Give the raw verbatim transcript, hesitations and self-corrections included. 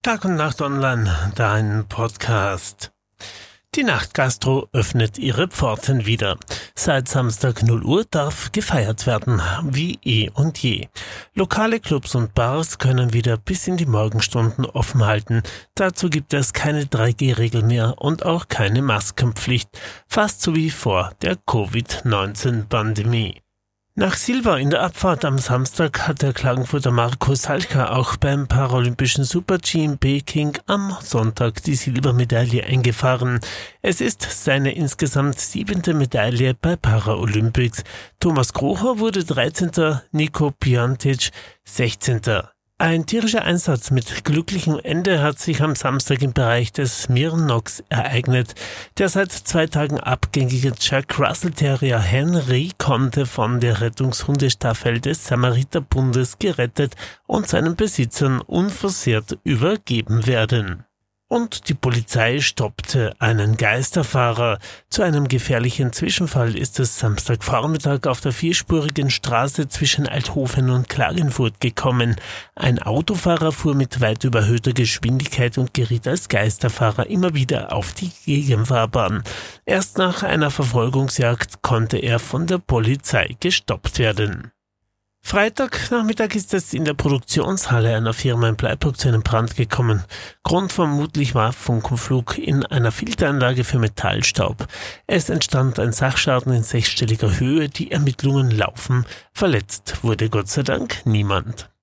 Tag und Nacht Online, dein Podcast. Die Nachtgastro öffnet ihre Pforten wieder. Seit Samstag null Uhr darf gefeiert werden, wie eh und je. Lokale Clubs und Bars können wieder bis in die Morgenstunden offen halten. Dazu gibt es keine drei G Regel mehr und auch keine Maskenpflicht, fast so wie vor der Covid neunzehn Pandemie. Nach Silber in der Abfahrt am Samstag hat der Klagenfurter Marco Salka auch beim Paralympischen Super-G in Peking am Sonntag die Silbermedaille eingefahren. Es ist seine insgesamt siebente Medaille bei Paralympics. Thomas Krocher wurde dreizehnter, Nico Piantic sechzehnter Ein tierischer Einsatz mit glücklichem Ende hat sich am Samstag im Bereich des Mirnox ereignet. Der seit zwei Tagen abgängige Jack Russell Terrier Henry konnte von der Rettungshundestaffel des Samariterbundes gerettet und seinen Besitzern unversehrt übergeben werden. Und die Polizei stoppte einen Geisterfahrer. Zu einem gefährlichen Zwischenfall ist es Samstagvormittag auf der vierspurigen Straße zwischen Althofen und Klagenfurt gekommen. Ein Autofahrer fuhr mit weit überhöhter Geschwindigkeit und geriet als Geisterfahrer immer wieder auf die Gegenfahrbahn. Erst nach einer Verfolgungsjagd konnte er von der Polizei gestoppt werden. Freitagnachmittag ist es in der Produktionshalle einer Firma in Bleiburg zu einem Brand gekommen. Grund vermutlich war Funkenflug in einer Filteranlage für Metallstaub. Es entstand ein Sachschaden in sechsstelliger Höhe, die Ermittlungen laufen. Verletzt wurde Gott sei Dank niemand.